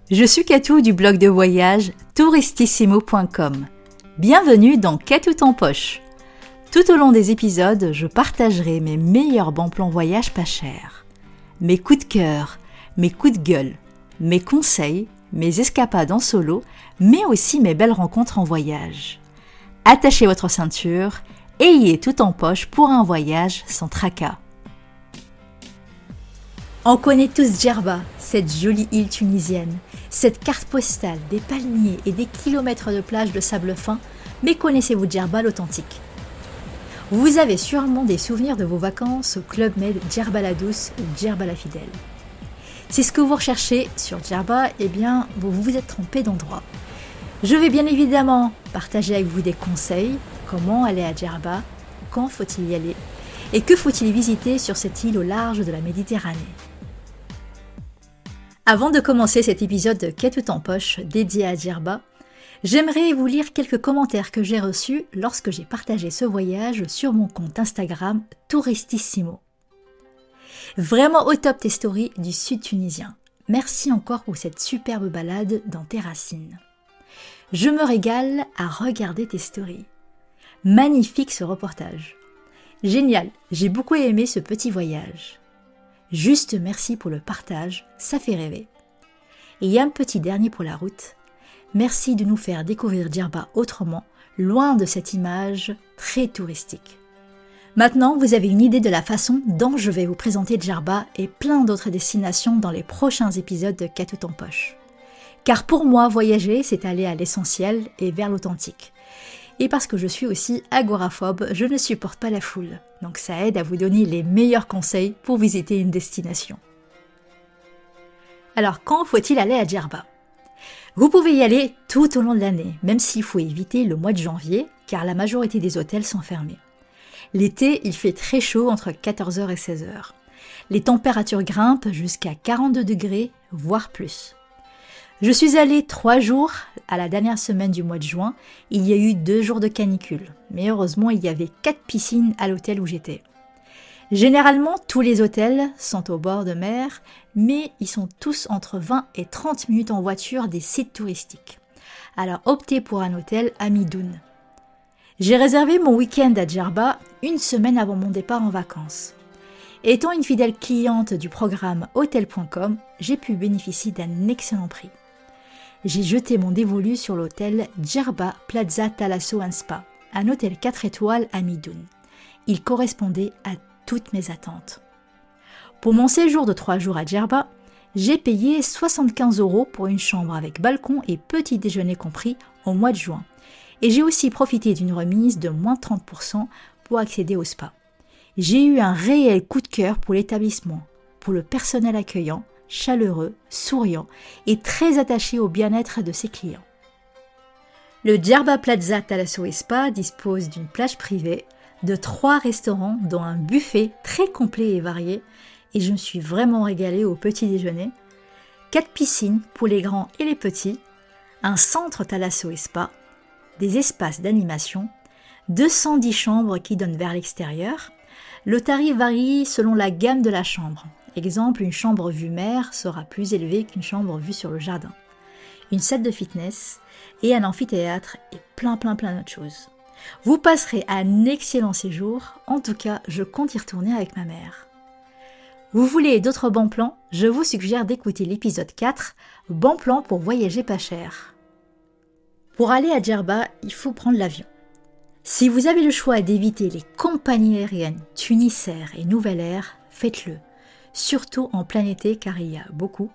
Je suis Katou du blog de voyage touristissimo.com. Bienvenue dans Katou en poche. Tout au long des épisodes, je partagerai mes meilleurs bons plans voyage pas chers. Mes coups de cœur, mes coups de gueule, mes conseils, mes escapades en solo, mais aussi mes belles rencontres en voyage. Attachez votre ceinture, ayez tout en poche pour un voyage sans tracas. On connaît tous Djerba, cette jolie île tunisienne, cette carte postale, des palmiers et des kilomètres de plage de sable fin, mais connaissez-vous Djerba l'authentique ? Vous avez sûrement des souvenirs de vos vacances au Club Med Djerba la Douce ou Djerba la Fidèle. Si ce que vous recherchez sur Djerba, eh bien, vous vous êtes trompé d'endroit. Je vais bien évidemment partager avec vous des conseils, comment aller à Djerba, quand faut-il y aller, et que faut-il visiter sur cette île au large de la Méditerranée. Avant de commencer cet épisode de Katou en poche dédié à Djerba, j'aimerais vous lire quelques commentaires que j'ai reçus lorsque j'ai partagé ce voyage sur mon compte Instagram Touristissimo. Vraiment au top tes stories du sud tunisien. Merci encore pour cette superbe balade dans tes racines. Je me régale à regarder tes stories. Magnifique ce reportage. Génial, j'ai beaucoup aimé ce petit voyage. Juste merci pour le partage, ça fait rêver. Et un petit dernier pour la route. Merci de nous faire découvrir Djerba autrement, loin de cette image très touristique. Maintenant, vous avez une idée de la façon dont je vais vous présenter Djerba et plein d'autres destinations dans les prochains épisodes de Katou en poche. Car pour moi, voyager, c'est aller à l'essentiel et vers l'authentique. Et parce que je suis aussi agoraphobe, je ne supporte pas la foule. Donc ça aide à vous donner les meilleurs conseils pour visiter une destination. Alors, quand faut-il aller à Djerba ? Vous pouvez y aller tout au long de l'année, même s'il faut éviter le mois de janvier, car la majorité des hôtels sont fermés. L'été, il fait très chaud entre 14h et 16h. Les températures grimpent jusqu'à 42 degrés, voire plus. Je suis allée 3 jours à la dernière semaine du mois de juin. Il y a eu 2 jours de canicule. Mais heureusement, il y avait 4 piscines à l'hôtel où j'étais. Généralement, tous les hôtels sont au bord de mer, mais ils sont tous entre 20 et 30 minutes en voiture des sites touristiques. Alors optez pour un hôtel à Midoun. J'ai réservé mon week-end à Djerba une semaine avant mon départ en vacances. Étant une fidèle cliente du programme Hotel.com, j'ai pu bénéficier d'un excellent prix. J'ai jeté mon dévolu sur l'hôtel Djerba Plaza Thalasso & Spa, un hôtel 4 étoiles à Midoun. Il correspondait à toutes mes attentes. Pour mon séjour de 3 jours à Djerba, j'ai payé 75 € pour une chambre avec balcon et petit déjeuner compris au mois de juin. Et j'ai aussi profité d'une remise de moins 30% pour accéder au spa. J'ai eu un réel coup de cœur pour l'établissement, pour le personnel accueillant, chaleureux, souriant et très attaché au bien-être de ses clients. Le Djerba Plaza Thalasso & Spa dispose d'une plage privée, de 3 restaurants dont un buffet très complet et varié, et je me suis vraiment régalée au petit déjeuner, 4 piscines pour les grands et les petits, un centre Thalasso & Spa, des espaces d'animation, 210 chambres qui donnent vers l'extérieur. Le tarif varie selon la gamme de la chambre. Exemple, une chambre vue mer sera plus élevée qu'une chambre vue sur le jardin. Une salle de fitness et un amphithéâtre et plein d'autres choses. Vous passerez un excellent séjour, en tout cas je compte y retourner avec ma mère. Vous voulez d'autres bons plans ? Je vous suggère d'écouter l'épisode 4, Bons plans pour voyager pas cher. Pour aller à Djerba, il faut prendre l'avion. Si vous avez le choix d'éviter les compagnies aériennes Tunisair et Nouvelle Air, faites-le. Surtout en plein été car il y a beaucoup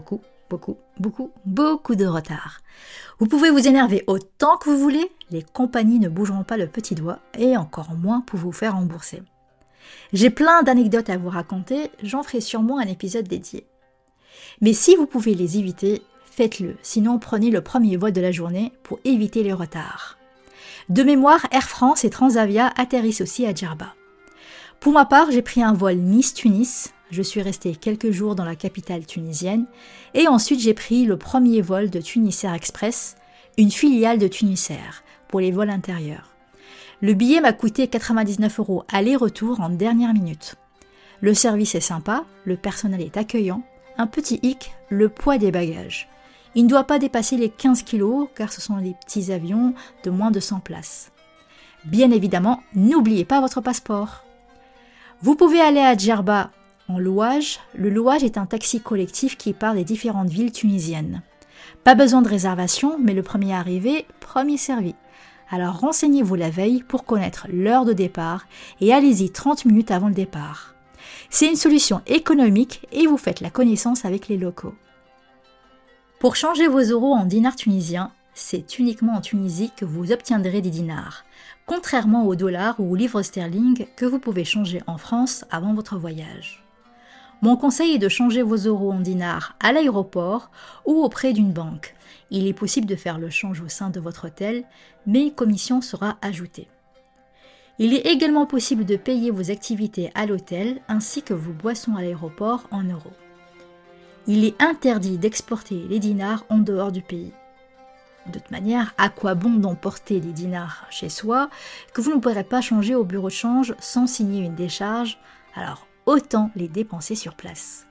de retard. Vous pouvez vous énerver autant que vous voulez, les compagnies ne bougeront pas le petit doigt et encore moins pour vous faire rembourser. J'ai plein d'anecdotes à vous raconter, j'en ferai sûrement un épisode dédié. Mais si vous pouvez les éviter, faites-le, sinon prenez le premier vol de la journée pour éviter les retards. De mémoire, Air France et Transavia atterrissent aussi à Djerba. Pour ma part, j'ai pris un vol Nice-Tunis, je suis restée quelques jours dans la capitale tunisienne, et ensuite j'ai pris le premier vol de Tunisair Express, une filiale de Tunisair, pour les vols intérieurs. Le billet m'a coûté 99 € aller-retour en dernière minute. Le service est sympa, le personnel est accueillant, un petit hic, le poids des bagages. Il ne doit pas dépasser les 15 kg car ce sont des petits avions de moins de 100 places. Bien évidemment, n'oubliez pas votre passeport. Vous pouvez aller à Djerba en louage. Le louage est un taxi collectif qui part des différentes villes tunisiennes. Pas besoin de réservation, mais le premier arrivé, premier servi. Alors renseignez-vous la veille pour connaître l'heure de départ et allez-y 30 minutes avant le départ. C'est une solution économique et vous faites la connaissance avec les locaux. Pour changer vos euros en dinars tunisiens, c'est uniquement en Tunisie que vous obtiendrez des dinars, contrairement aux dollars ou aux livres sterling que vous pouvez changer en France avant votre voyage. Mon conseil est de changer vos euros en dinars à l'aéroport ou auprès d'une banque. Il est possible de faire le change au sein de votre hôtel, mais une commission sera ajoutée. Il est également possible de payer vos activités à l'hôtel ainsi que vos boissons à l'aéroport en euros. Il est interdit d'exporter les dinars en dehors du pays. De toute manière, à quoi bon d'emporter des dinars chez soi que vous ne pourrez pas changer au bureau de change sans signer une décharge, alors autant les dépenser sur place.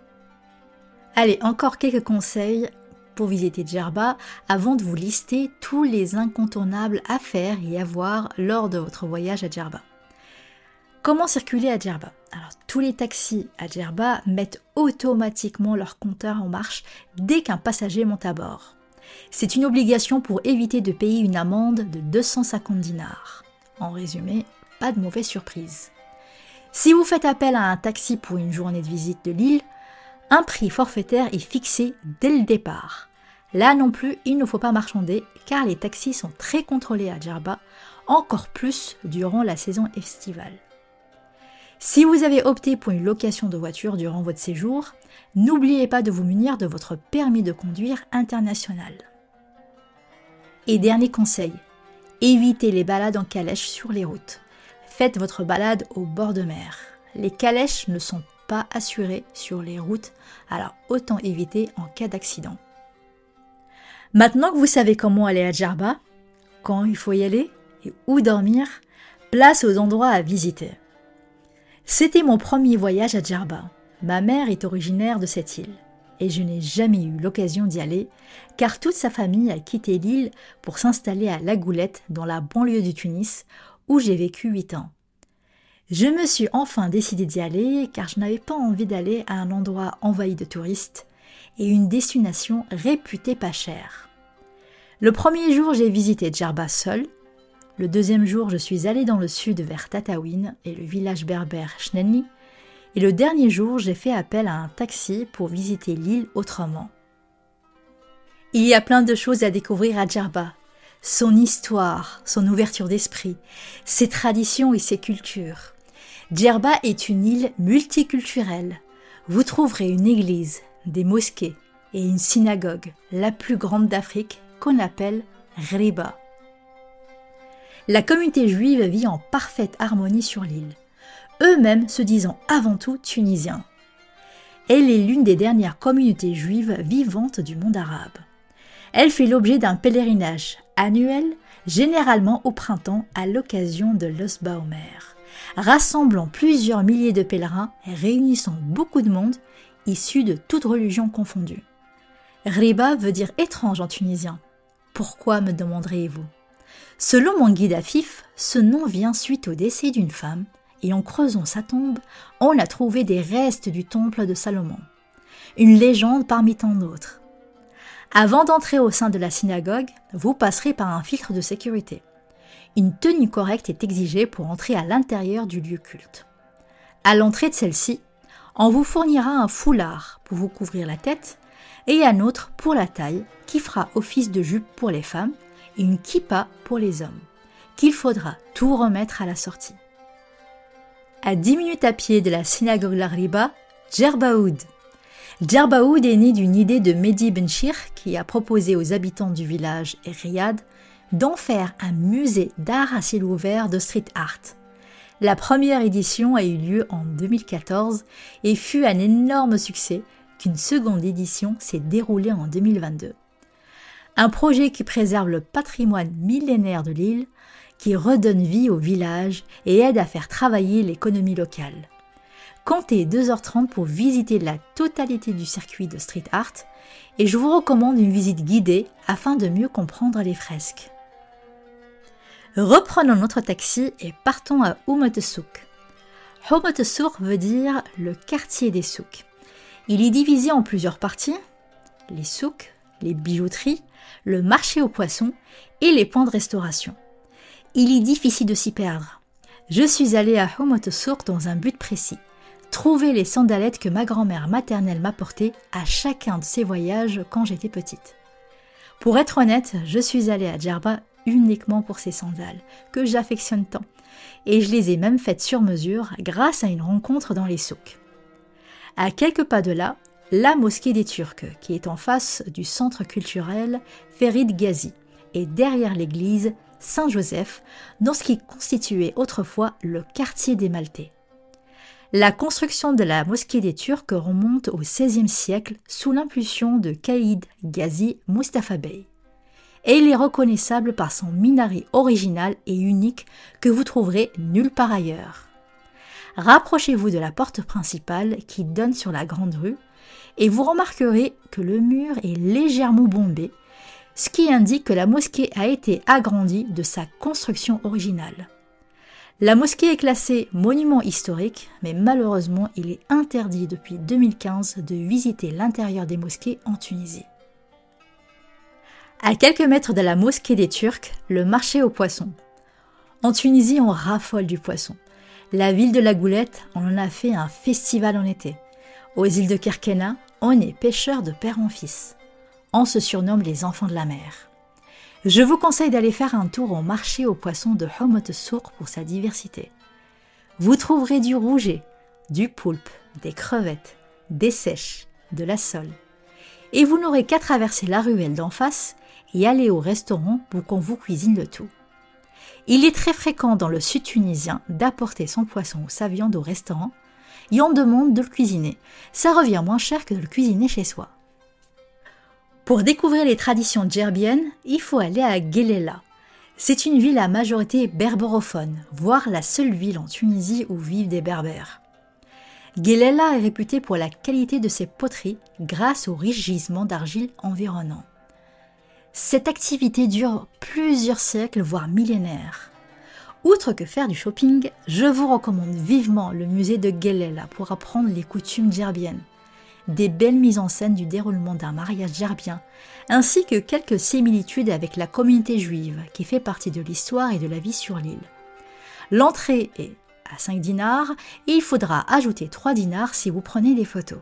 Allez, encore quelques conseils pour visiter Djerba avant de vous lister tous les incontournables à faire et à voir lors de votre voyage à Djerba. Comment circuler à Djerba? Alors, tous les taxis à Djerba mettent automatiquement leur compteur en marche dès qu'un passager monte à bord. C'est une obligation pour éviter de payer une amende de 250 dinars. En résumé, pas de mauvaise surprise. Si vous faites appel à un taxi pour une journée de visite de l'île, un prix forfaitaire est fixé dès le départ. Là non plus, il ne faut pas marchander car les taxis sont très contrôlés à Djerba, encore plus durant la saison estivale. Si vous avez opté pour une location de voiture durant votre séjour, n'oubliez pas de vous munir de votre permis de conduire international. Et dernier conseil, évitez les balades en calèche sur les routes. Faites votre balade au bord de mer. Les calèches ne sont pas assurées sur les routes, alors autant éviter en cas d'accident. Maintenant que vous savez comment aller à Djerba, quand il faut y aller et où dormir, place aux endroits à visiter. C'était mon premier voyage à Djerba. Ma mère est originaire de cette île et je n'ai jamais eu l'occasion d'y aller car toute sa famille a quitté l'île pour s'installer à La Goulette dans la banlieue du Tunis où j'ai vécu 8 ans. Je me suis enfin décidée d'y aller car je n'avais pas envie d'aller à un endroit envahi de touristes et une destination réputée pas chère. Le premier jour, j'ai visité Djerba seul. Le deuxième jour, je suis allée dans le sud vers Tataouine et le village berbère Chnelni. Et le dernier jour, j'ai fait appel à un taxi pour visiter l'île autrement. Il y a plein de choses à découvrir à Djerba. Son histoire, son ouverture d'esprit, ses traditions et ses cultures. Djerba est une île multiculturelle. Vous trouverez une église, des mosquées et une synagogue, la plus grande d'Afrique, qu'on appelle Ghriba. La communauté juive vit en parfaite harmonie sur l'île, eux-mêmes se disant avant tout tunisiens. Elle est l'une des dernières communautés juives vivantes du monde arabe. Elle fait l'objet d'un pèlerinage annuel, généralement au printemps à l'occasion de l'Osba Omer, rassemblant plusieurs milliers de pèlerins et réunissant beaucoup de monde issus de toutes religions confondues. Ghriba veut dire étrange en tunisien. Pourquoi, me demanderez-vous? Selon mon guide Afif, ce nom vient suite au décès d'une femme et en creusant sa tombe, on a trouvé des restes du temple de Salomon. Une légende parmi tant d'autres. Avant d'entrer au sein de la synagogue, vous passerez par un filtre de sécurité. Une tenue correcte est exigée pour entrer à l'intérieur du lieu culte. À l'entrée de celle-ci, on vous fournira un foulard pour vous couvrir la tête et un autre pour la taille qui fera office de jupe pour les femmes et une kippa pour les hommes, qu'il faudra tout remettre à la sortie. À 10 minutes à pied de la synagogue Ghriba, Djerba Oud. Djerba Oud est né d'une idée de Mehdi Benchir qui a proposé aux habitants du village et Riyad d'en faire un musée d'art à ciel ouvert de street art. La première édition a eu lieu en 2014 et fut un énorme succès qu'une seconde édition s'est déroulée en 2022. Un projet qui préserve le patrimoine millénaire de l'île, qui redonne vie au village et aide à faire travailler l'économie locale. Comptez 2h30 pour visiter la totalité du circuit de street art et je vous recommande une visite guidée afin de mieux comprendre les fresques. Reprenons notre taxi et partons à Ummat Souk. Ummat Souk veut dire le quartier des souks. Il est divisé en plusieurs parties, les souks, les bijouteries, le marché aux poissons et les points de restauration. Il est difficile de s'y perdre. Je suis allée à Ummat Souk dans un but précis. Trouver les sandalettes que ma grand-mère maternelle m'apportait à chacun de ses voyages quand j'étais petite. Pour être honnête, je suis allée à Djerba uniquement pour ces sandales, que j'affectionne tant, et je les ai même faites sur mesure grâce à une rencontre dans les souks. À quelques pas de là, la mosquée des Turcs, qui est en face du centre culturel Ferid Ghazi, et derrière l'église Saint-Joseph, dans ce qui constituait autrefois le quartier des Maltais. La construction de la mosquée des Turcs remonte au XVIe siècle sous l'impulsion de Qaïd Ghazi Mustafa Bey. Et il est reconnaissable par son minaret original et unique que vous trouverez nulle part ailleurs. Rapprochez-vous de la porte principale qui donne sur la grande rue et vous remarquerez que le mur est légèrement bombé, ce qui indique que la mosquée a été agrandie de sa construction originale. La mosquée est classée monument historique, mais malheureusement, il est interdit depuis 2015 de visiter l'intérieur des mosquées en Tunisie. À quelques mètres de la mosquée des Turcs, le marché aux poissons. En Tunisie, on raffole du poisson. La ville de la Goulette, on en a fait un festival en été. Aux îles de Kerkena, on est pêcheurs de père en fils. On se surnomme les enfants de la mer. Je vous conseille d'aller faire un tour au marché aux poissons de Ummat Souk pour sa diversité. Vous trouverez du rouget, du poulpe, des crevettes, des sèches, de la sole. Et vous n'aurez qu'à traverser la ruelle d'en face et aller au restaurant pour qu'on vous cuisine le tout. Il est très fréquent dans le sud tunisien d'apporter son poisson ou sa viande au restaurant et on demande de le cuisiner. Ça revient moins cher que de le cuisiner chez soi. Pour découvrir les traditions djerbiennes, il faut aller à Guelella. C'est une ville à majorité berbérophone, voire la seule ville en Tunisie où vivent des berbères. Guelella est réputée pour la qualité de ses poteries grâce aux riches gisements d'argile environnants. Cette activité dure plusieurs siècles, voire millénaires. Outre que faire du shopping, je vous recommande vivement le musée de Guelella pour apprendre les coutumes djerbiennes, des belles mises en scène du déroulement d'un mariage djerbien, ainsi que quelques similitudes avec la communauté juive qui fait partie de l'histoire et de la vie sur l'île. L'entrée est à 5 dinars et il faudra ajouter 3 dinars si vous prenez des photos.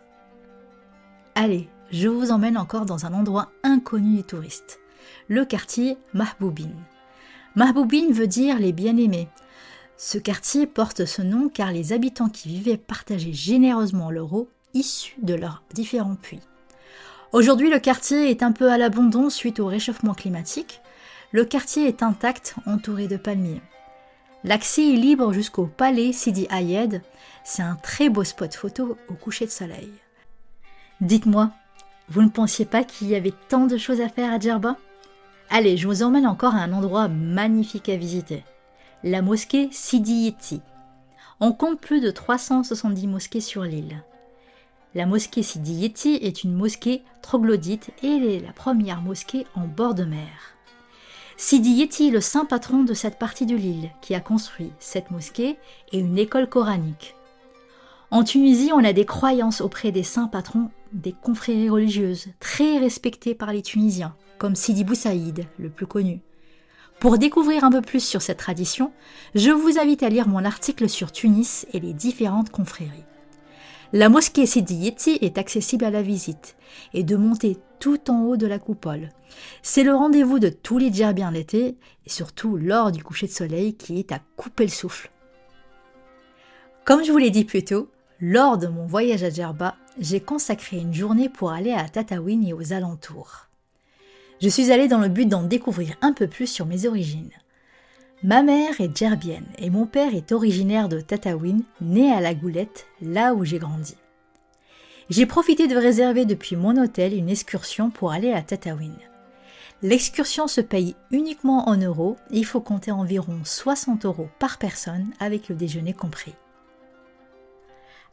Allez, je vous emmène encore dans un endroit inconnu des touristes, le quartier Mahboubine. Mahboubine veut dire les bien-aimés. Ce quartier porte ce nom car les habitants qui vivaient partageaient généreusement leur eau issus de leurs différents puits. Aujourd'hui, le quartier est un peu à l'abandon suite au réchauffement climatique. Le quartier est intact, entouré de palmiers. L'accès est libre jusqu'au palais Sidi Ayed. C'est un très beau spot photo au coucher de soleil. Dites-moi, vous ne pensiez pas qu'il y avait tant de choses à faire à Djerba ? Allez, je vous emmène encore à un endroit magnifique à visiter. La mosquée Sidi Yeti. On compte plus de 370 mosquées sur l'île. La mosquée Sidi Yeti est une mosquée troglodyte et elle est la première mosquée en bord de mer. Sidi Yeti est le saint patron de cette partie de l'île qui a construit cette mosquée et une école coranique. En Tunisie, on a des croyances auprès des saints patrons des confréries religieuses très respectées par les Tunisiens, comme Sidi Bou Saïd, le plus connu. Pour découvrir un peu plus sur cette tradition, je vous invite à lire mon article sur Tunis et les différentes confréries. La mosquée Sidi Yeti est accessible à la visite et de monter tout en haut de la coupole. C'est le rendez-vous de tous les djerbiens l'été et surtout lors du coucher de soleil qui est à couper le souffle. Comme je vous l'ai dit plus tôt, lors de mon voyage à Djerba, j'ai consacré une journée pour aller à Tataouine et aux alentours. Je suis allée dans le but d'en découvrir un peu plus sur mes origines. Ma mère est djerbienne et mon père est originaire de Tataouine, né à la Goulette, là où j'ai grandi. J'ai profité de réserver depuis mon hôtel une excursion pour aller à Tataouine. L'excursion se paye uniquement en euros et il faut compter environ 60 € par personne avec le déjeuner compris.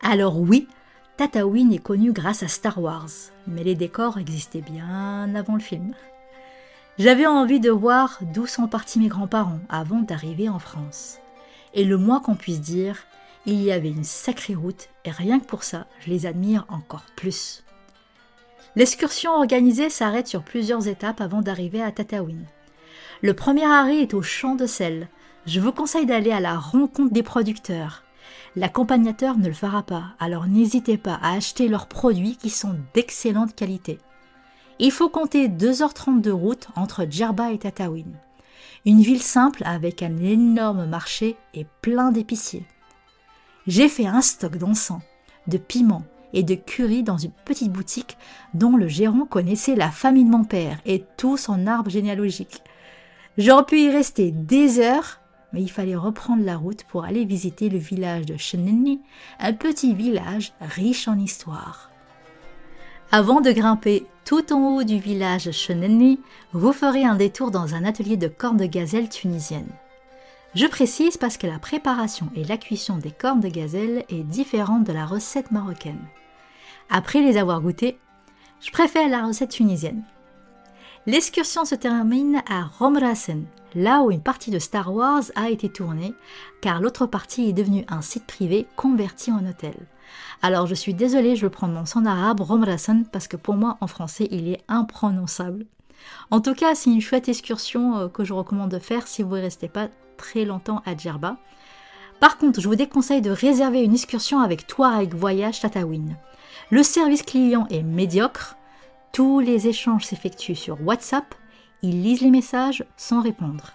Alors oui, Tataouine est connue grâce à Star Wars, mais les décors existaient bien avant le film. J'avais envie de voir d'où sont partis mes grands-parents avant d'arriver en France. Et le moins qu'on puisse dire, il y avait une sacrée route et rien que pour ça, je les admire encore plus. L'excursion organisée s'arrête sur plusieurs étapes avant d'arriver à Tataouine. Le premier arrêt est au champ de sel. Je vous conseille d'aller à la rencontre des producteurs. L'accompagnateur ne le fera pas, alors n'hésitez pas à acheter leurs produits qui sont d'excellente qualité. Il faut compter 2h30 de route entre Djerba et Tataouine. Une ville simple avec un énorme marché et plein d'épiciers. J'ai fait un stock d'encens, de piments et de curry dans une petite boutique dont le gérant connaissait la famille de mon père et tout son arbre généalogique. J'aurais pu y rester des heures, mais il fallait reprendre la route pour aller visiter le village de Chenenni, un petit village riche en histoire. Avant de grimper tout en haut du village Chenenni, vous ferez un détour dans un atelier de cornes de gazelle tunisienne. Je précise parce que la préparation et la cuisson des cornes de gazelle est différente de la recette marocaine. Après les avoir goûtées, je préfère la recette tunisienne. L'excursion se termine à Romrasen, là où une partie de Star Wars a été tournée, car l'autre partie est devenue un site privé converti en hôtel. Alors je suis désolée, je vais prendre mon son arabe Romrasen parce que pour moi en français il est imprononçable. En tout cas, c'est une chouette excursion que je recommande de faire si vous ne restez pas très longtemps à Djerba. Par contre, je vous déconseille de réserver une excursion avec Touareg Voyage Tataouine. Le service client est médiocre, tous les échanges s'effectuent sur WhatsApp, ils lisent les messages sans répondre.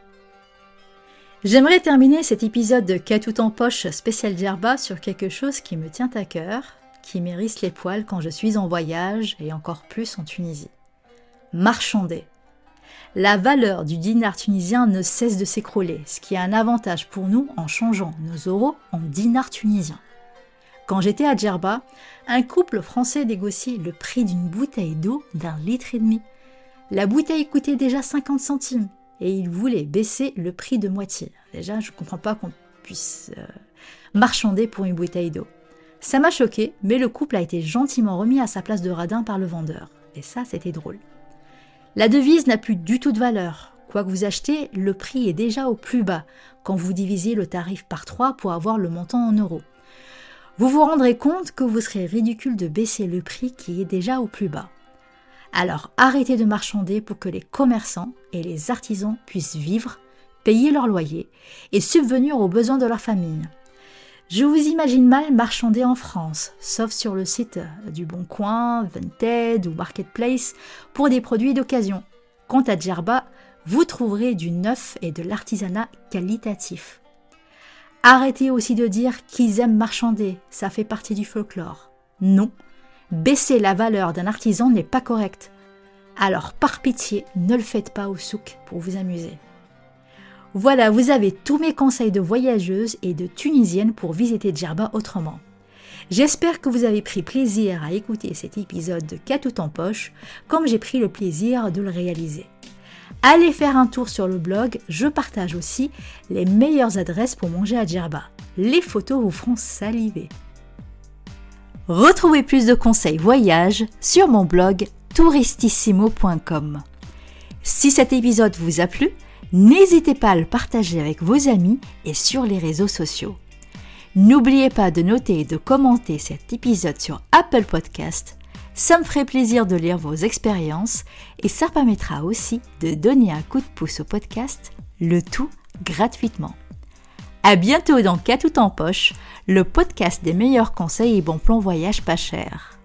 J'aimerais terminer cet épisode de Qu'a tout en poche spécial Djerba sur quelque chose qui me tient à cœur, qui m'hérisse les poils quand je suis en voyage et encore plus en Tunisie. Marchander. La valeur du dinar tunisien ne cesse de s'écrouler, ce qui est un avantage pour nous en changeant nos euros en dinars tunisiens. Quand j'étais à Djerba, un couple français négociait le prix d'une bouteille d'eau d'1,5 litre. La bouteille coûtait déjà 50 centimes et il voulait baisser le prix de moitié. Déjà, je ne comprends pas qu'on puisse marchander pour une bouteille d'eau. Ça m'a choqué, mais le couple a été gentiment remis à sa place de radin par le vendeur. Et ça, c'était drôle. La devise n'a plus du tout de valeur. Quoi que vous achetez, le prix est déjà au plus bas quand vous divisez le tarif par 3 pour avoir le montant en euros. Vous vous rendrez compte que vous serez ridicule de baisser le prix qui est déjà au plus bas. Alors arrêtez de marchander pour que les commerçants et les artisans puissent vivre, payer leur loyer et subvenir aux besoins de leur famille. Je vous imagine mal marchander en France, sauf sur le site du Bon Coin, Vinted ou Marketplace pour des produits d'occasion. Quant à Djerba, vous trouverez du neuf et de l'artisanat qualitatif. Arrêtez aussi de dire qu'ils aiment marchander, ça fait partie du folklore. Non, baisser la valeur d'un artisan n'est pas correct. Alors par pitié, ne le faites pas au souk pour vous amuser. Voilà, vous avez tous mes conseils de voyageuse et de tunisienne pour visiter Djerba autrement. J'espère que vous avez pris plaisir à écouter cet épisode de Qu'a tout en poche, comme j'ai pris le plaisir de le réaliser. Allez faire un tour sur le blog, je partage aussi les meilleures adresses pour manger à Djerba. Les photos vous feront saliver. Retrouvez plus de conseils voyage sur mon blog touristissimo.com. Si cet épisode vous a plu, n'hésitez pas à le partager avec vos amis et sur les réseaux sociaux. N'oubliez pas de noter et de commenter cet épisode sur Apple Podcast. Ça me ferait plaisir de lire vos expériences et ça permettra aussi de donner un coup de pouce au podcast, le tout gratuitement. À bientôt dans Qu'a tout en poche, le podcast des meilleurs conseils et bons plans voyage pas chers.